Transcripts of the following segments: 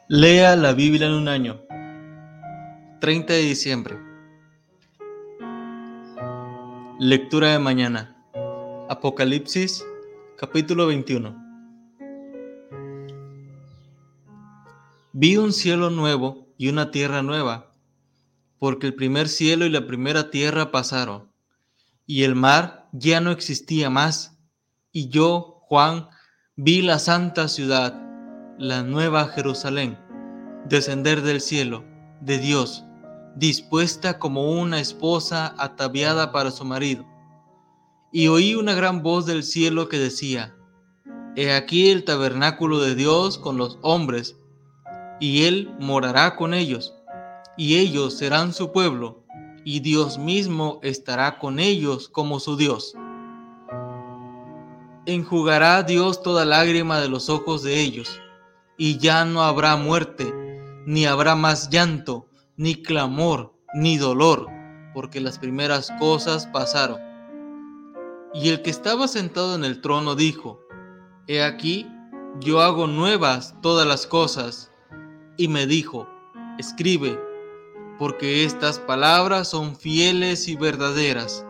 Lea la Biblia en un año. 30 de diciembre. Lectura de mañana. Apocalipsis, capítulo 21. Vi un cielo nuevo y una tierra nueva, porque el primer cielo y la primera tierra pasaron, y el mar ya no existía más. Y yo, Juan, vi la santa ciudad, la nueva Jerusalén, descender del cielo, de Dios, dispuesta como una esposa ataviada para su marido. Y oí una gran voz del cielo que decía: He aquí el tabernáculo de Dios con los hombres, y Él morará con ellos, y ellos serán su pueblo, y Dios mismo estará con ellos como su Dios. Enjugará Dios toda lágrima de los ojos de ellos, y ya no habrá muerte, ni habrá más llanto, ni clamor, ni dolor, porque las primeras cosas pasaron. Y el que estaba sentado en el trono dijo: He aquí, yo hago nuevas todas las cosas. Y me dijo: Escribe, porque estas palabras son fieles y verdaderas.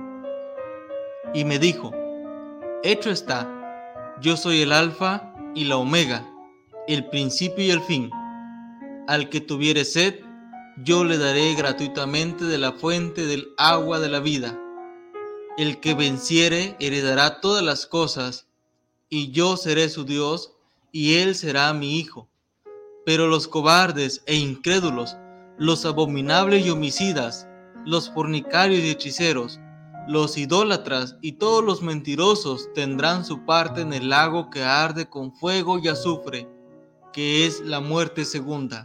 Y me dijo: Hecho está, yo soy el Alfa y la Omega, el principio y el fin. Al que tuviere sed, yo le daré gratuitamente de la fuente del agua de la vida. El que venciere heredará todas las cosas, y yo seré su Dios, y él será mi hijo. Pero los cobardes e incrédulos, los abominables y homicidas, los fornicarios y hechiceros, los idólatras y todos los mentirosos tendrán su parte en el lago que arde con fuego y azufre, que es la muerte segunda.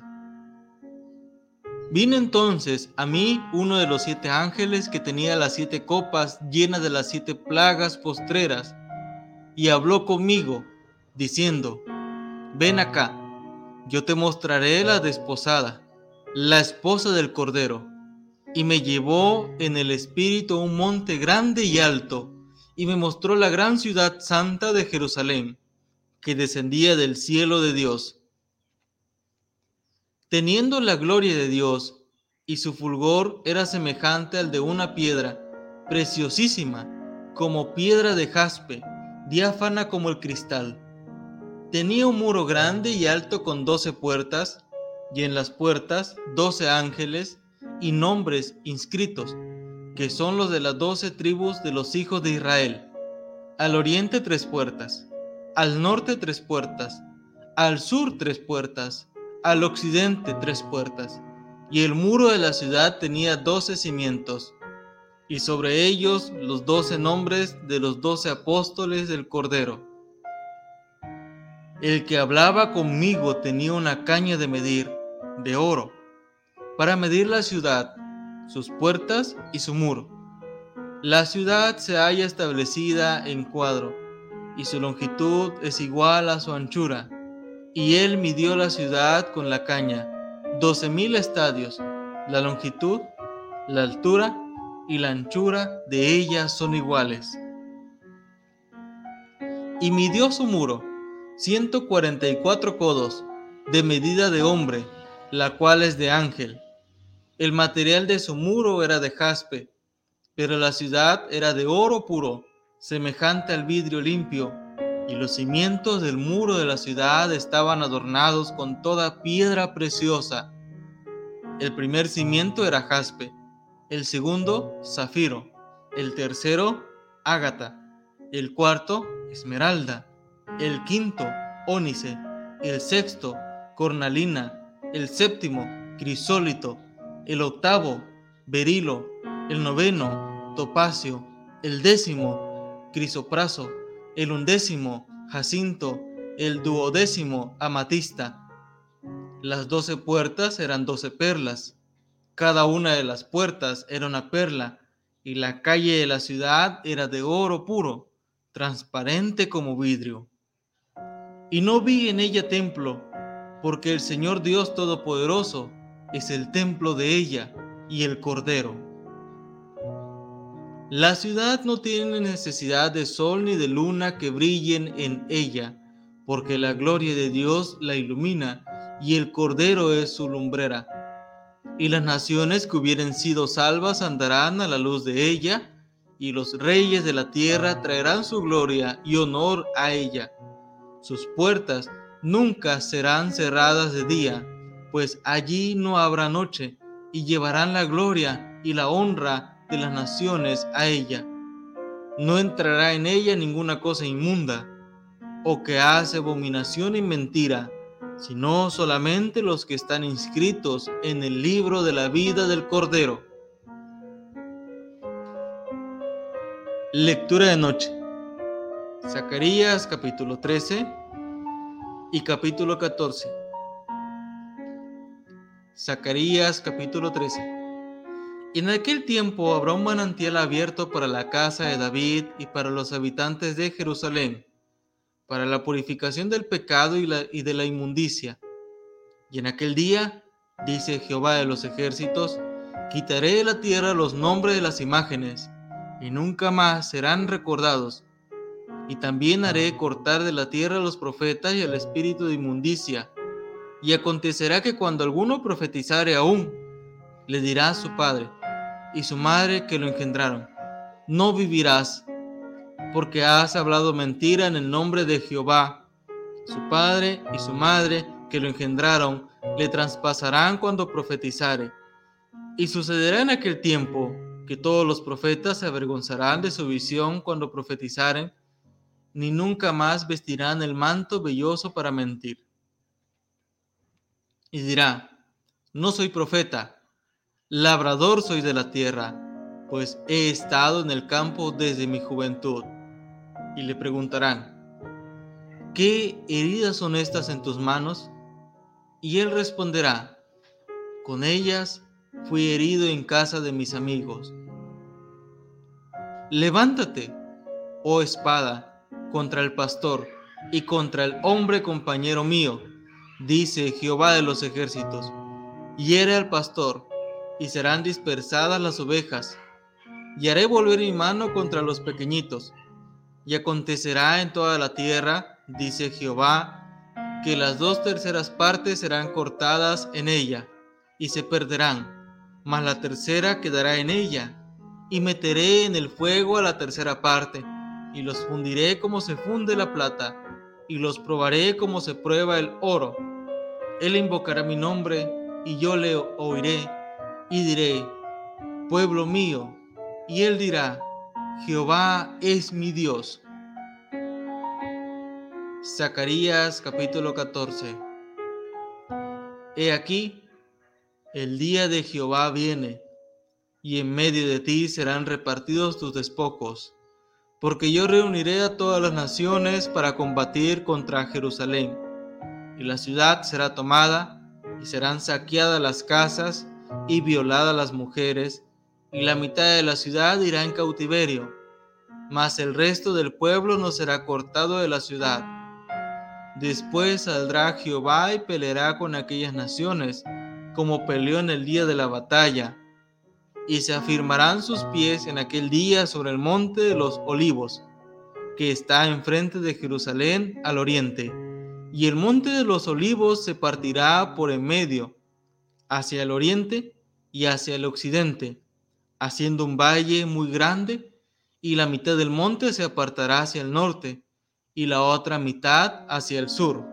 Vino entonces a mí uno de los 7 ángeles que tenía las 7 copas llenas de las 7 plagas postreras, y habló conmigo, diciendo: Ven acá, yo te mostraré la desposada, la esposa del Cordero. Y me llevó en el espíritu a un monte grande y alto, y me mostró la gran ciudad santa de Jerusalén, que descendía del cielo de Dios, teniendo la gloria de Dios, y su fulgor era semejante al de una piedra preciosísima, como piedra de jaspe, diáfana como el cristal. Tenía un muro grande y alto con 12 puertas, y en las puertas 12 ángeles y nombres inscritos, que son los de las 12 tribus de los hijos de Israel. Al oriente 3 puertas, al norte 3 puertas, al sur 3 puertas, al occidente 3 puertas, y el muro de la ciudad tenía 12 cimientos, y sobre ellos los 12 nombres de los 12 apóstoles del Cordero. El que hablaba conmigo tenía una caña de medir, de oro, para medir la ciudad, sus puertas y su muro. La ciudad se halla establecida en cuadro, y su longitud es igual a su anchura. Y él midió la ciudad con la caña, 12,000 estadios. La longitud, la altura y la anchura de ella son iguales. Y midió su muro, 144 codos, de medida de hombre, la cual es de ángel. El material de su muro era de jaspe, pero la ciudad era de oro puro, semejante al vidrio limpio, y los cimientos del muro de la ciudad estaban adornados con toda piedra preciosa. El primer cimiento era jaspe, el segundo zafiro, el tercero ágata, el cuarto esmeralda, el quinto ónice, el sexto cornalina, el séptimo crisólito, el octavo berilo, el noveno topacio, el décimo crisopraso, el undécimo jacinto, el duodécimo amatista. Las 12 puertas eran 12 perlas. Cada una de las puertas era una perla, y la calle de la ciudad era de oro puro, transparente como vidrio. Y no vi en ella templo, porque el Señor Dios Todopoderoso es el templo de ella y el Cordero. La ciudad no tiene necesidad de sol ni de luna que brillen en ella, porque la gloria de Dios la ilumina y el Cordero es su lumbrera. Y las naciones que hubieren sido salvas andarán a la luz de ella, y los reyes de la tierra traerán su gloria y honor a ella. Sus puertas nunca serán cerradas de día, pues allí no habrá noche, y llevarán la gloria y la honra de las naciones a ella. No entrará en ella ninguna cosa inmunda, o que hace abominación y mentira, sino solamente los que están inscritos en el libro de la vida del Cordero. Lectura de noche. Zacarías capítulo 13 y capítulo 14. Zacarías capítulo 13. Y en aquel tiempo habrá un manantial abierto para la casa de David y para los habitantes de Jerusalén, para la purificación del pecado y de la inmundicia. Y en aquel día, dice Jehová de los ejércitos, quitaré de la tierra los nombres de las imágenes, y nunca más serán recordados. Y también haré cortar de la tierra a los profetas y al espíritu de inmundicia. Y acontecerá que cuando alguno profetizare aún, le dirá a su padre y su madre que lo engendraron: no vivirás, porque has hablado mentira en el nombre de Jehová. Su padre y su madre que lo engendraron le traspasarán cuando profetizare. Y sucederá en aquel tiempo que todos los profetas se avergonzarán de su visión cuando profetizaren, ni nunca más vestirán el manto velloso para mentir. Y dirá: no soy profeta, labrador soy de la tierra, pues he estado en el campo desde mi juventud. Y le preguntarán: ¿qué heridas son estas en tus manos? Y él responderá: con ellas fui herido en casa de mis amigos. Levántate, oh espada, contra el pastor y contra el hombre compañero mío, dice Jehová de los ejércitos. Hiere al pastor, y serán dispersadas las ovejas, y haré volver mi mano contra los pequeñitos. Y acontecerá en toda la tierra, dice Jehová, que las 2/3 partes serán cortadas en ella, y se perderán, mas la tercera quedará en ella, y meteré en el fuego a la 1/3 parte, y los fundiré como se funde la plata, y los probaré como se prueba el oro. Él invocará mi nombre, y yo le oiré, y diré: pueblo mío. Y él dirá: Jehová es mi Dios. Zacarías capítulo 14. He aquí, el día de Jehová viene, y en medio de ti serán repartidos tus despojos, porque yo reuniré a todas las naciones para combatir contra Jerusalén, y la ciudad será tomada, y serán saqueadas las casas, y violadas las mujeres, y la mitad de la ciudad irá en cautiverio, mas el resto del pueblo no será cortado de la ciudad. Después saldrá Jehová y peleará con aquellas naciones, como peleó en el día de la batalla, y se afirmarán sus pies en aquel día sobre el monte de los olivos, que está enfrente de Jerusalén al oriente, y el monte de los olivos se partirá por en medio, hacia el oriente y hacia el occidente, haciendo un valle muy grande, y la mitad del monte se apartará hacia el norte, y la otra mitad hacia el sur.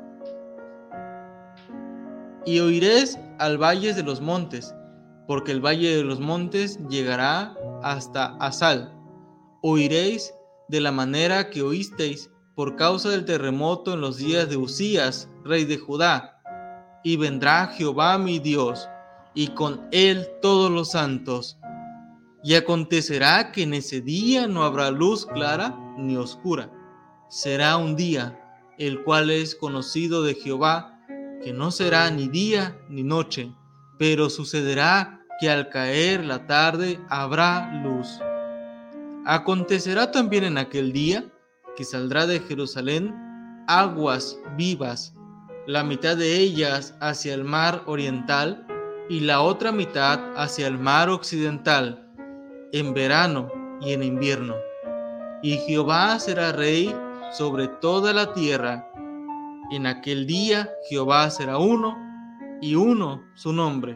Y oiréis al valle de los montes, porque el valle de los montes llegará hasta Asal. Oiréis de la manera que oísteis por causa del terremoto en los días de Uzías, rey de Judá. Y vendrá Jehová mi Dios, y con él todos los santos. Y acontecerá que en ese día no habrá luz clara ni oscura. Será un día, el cual es conocido de Jehová, que no será ni día ni noche, pero sucederá que al caer la tarde habrá luz. Acontecerá también en aquel día que saldrá de Jerusalén aguas vivas, la mitad de ellas hacia el mar oriental y la otra mitad hacia el mar occidental, en verano y en invierno. Y Jehová será rey sobre toda la tierra. En aquel día Jehová será uno, y uno su nombre.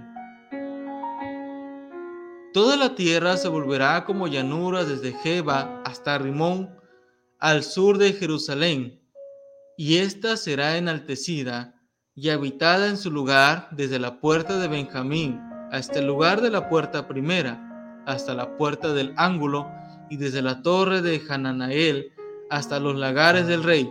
Toda la tierra se volverá como llanura desde Geba hasta Rimón, al sur de Jerusalén, y ésta será enaltecida y habitada en su lugar desde la puerta de Benjamín hasta el lugar de la puerta primera, hasta la puerta del ángulo, y desde la torre de Hananael hasta los lagares del rey.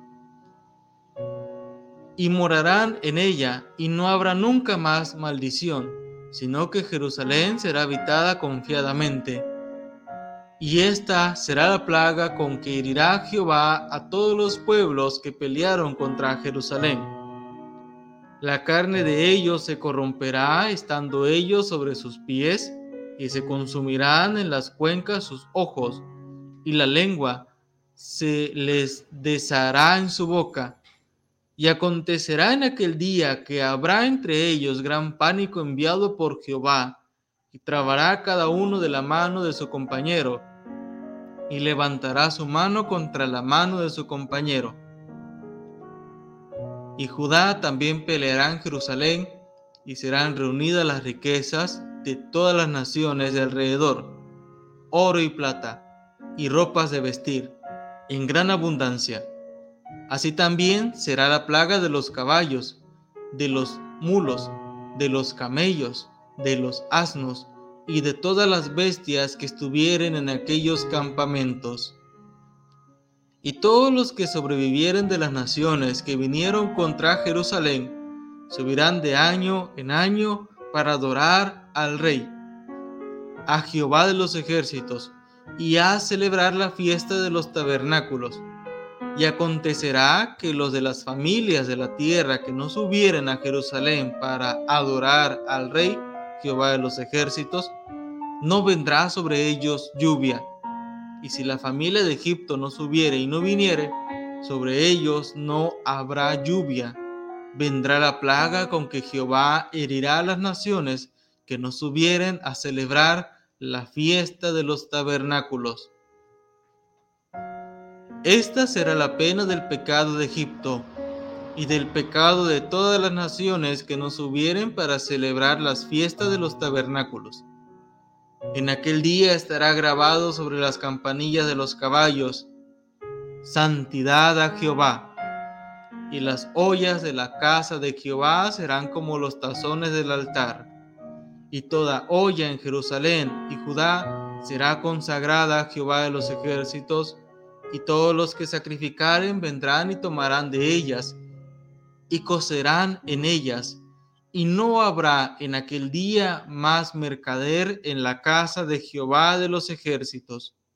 Y morarán en ella, y no habrá nunca más maldición, sino que Jerusalén será habitada confiadamente. Y esta será la plaga con que herirá Jehová a todos los pueblos que pelearon contra Jerusalén. La carne de ellos se corromperá estando ellos sobre sus pies, y se consumirán en las cuencas sus ojos, y la lengua se les deshará en su boca. Y acontecerá en aquel día que habrá entre ellos gran pánico enviado por Jehová, y trabará cada uno de la mano de su compañero, y levantará su mano contra la mano de su compañero. Y Judá también peleará en Jerusalén, y serán reunidas las riquezas de todas las naciones de alrededor, oro y plata, y ropas de vestir, en gran abundancia. Así también será la plaga de los caballos, de los mulos, de los camellos, de los asnos, y de todas las bestias que estuvieren en aquellos campamentos. Y todos los que sobrevivieren de las naciones que vinieron contra Jerusalén, subirán de año en año para adorar al Rey, a Jehová de los ejércitos, y a celebrar la fiesta de los tabernáculos. Y acontecerá que los de las familias de la tierra que no subieren a Jerusalén para adorar al Rey, Jehová de los ejércitos, no vendrá sobre ellos lluvia. Y si la familia de Egipto no subiere y no viniere, sobre ellos no habrá lluvia. Vendrá la plaga con que Jehová herirá a las naciones que no subieren a celebrar la fiesta de los tabernáculos. Esta será la pena del pecado de Egipto y del pecado de todas las naciones que no subieren para celebrar las fiestas de los tabernáculos. En aquel día estará grabado sobre las campanillas de los caballos: Santidad a Jehová. Y las ollas de la casa de Jehová serán como los tazones del altar. Y toda olla en Jerusalén y Judá será consagrada a Jehová de los ejércitos, y todos los que sacrificaren vendrán y tomarán de ellas, y cocerán en ellas, y no habrá en aquel día más mercader en la casa de Jehová de los ejércitos.